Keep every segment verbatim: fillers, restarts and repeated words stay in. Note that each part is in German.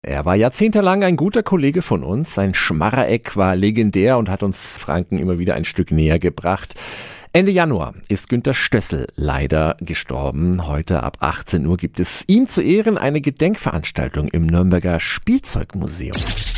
Er war jahrzehntelang ein guter Kollege von uns. Sein Schmarreck war legendär und hat uns Franken immer wieder ein Stück näher gebracht. Ende Januar ist Günter Stössel leider gestorben. Heute ab achtzehn Uhr gibt es ihm zu Ehren eine Gedenkveranstaltung im Nürnberger Spielzeugmuseum.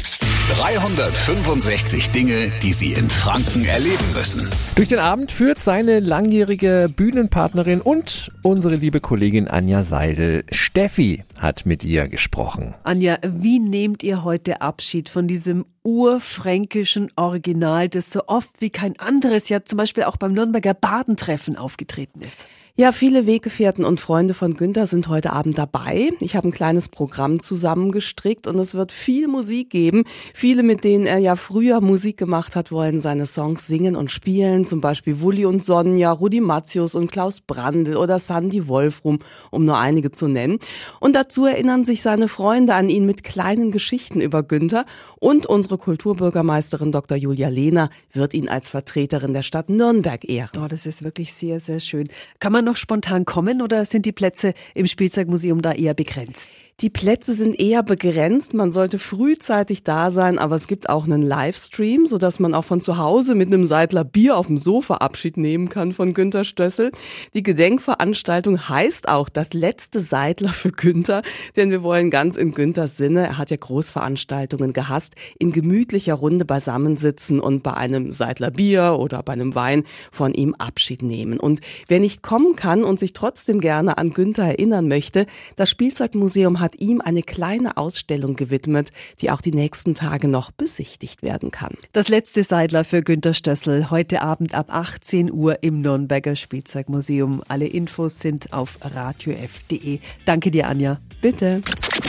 dreihundertfünfundsechzig Dinge, die Sie in Franken erleben müssen. Durch den Abend führt seine langjährige Bühnenpartnerin und unsere liebe Kollegin Anja Seidel. Steffi hat mit ihr gesprochen. Anja, wie nehmt ihr heute Abschied von diesem urfränkischen Original, das so oft wie kein anderes ja zum Beispiel auch beim Nürnberger Badentreffen aufgetreten ist? Ja, viele Weggefährten und Freunde von Günter sind heute Abend dabei. Ich habe ein kleines Programm zusammengestrickt und es wird viel Musik geben. Viele, mit denen er ja früher Musik gemacht hat, wollen seine Songs singen und spielen. Zum Beispiel Wulli und Sonja, Rudi Matzius und Klaus Brandl oder Sandy Wolfrum, um nur einige zu nennen. Und dazu erinnern sich seine Freunde an ihn mit kleinen Geschichten über Günter. Und unsere Kulturbürgermeisterin Doktor Julia Lehner wird ihn als Vertreterin der Stadt Nürnberg ehren. Oh, das ist wirklich sehr, sehr schön. Kann man noch spontan kommen oder sind die Plätze im Spielzeugmuseum da eher begrenzt? Die Plätze sind eher begrenzt. Man sollte frühzeitig da sein, aber es gibt auch einen Livestream, sodass man auch von zu Hause mit einem Seidler Bier auf dem Sofa Abschied nehmen kann von Günter Stössel. Die Gedenkveranstaltung heißt auch das letzte Seidler für Günter, denn wir wollen ganz in Günthers Sinne, er hat ja Großveranstaltungen gehasst, in gemütlicher Runde beisammensitzen und bei einem Seidler Bier oder bei einem Wein von ihm Abschied nehmen. Und wer nicht kommen kann und sich trotzdem gerne an Günter erinnern möchte, das Spielzeugmuseum hat ihm eine kleine Ausstellung gewidmet, die auch die nächsten Tage noch besichtigt werden kann. Das letzte Seidler für Günter Stössel, heute Abend ab achtzehn Uhr im Nürnberger Spielzeugmuseum. Alle Infos sind auf radio f punkt de. Danke dir, Anja. Bitte.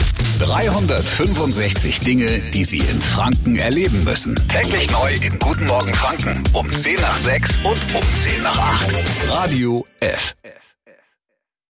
dreihundertfünfundsechzig Dinge, die Sie in Franken erleben müssen. Täglich neu in Guten Morgen Franken um zehn nach sechs und um zehn nach acht. Radio F.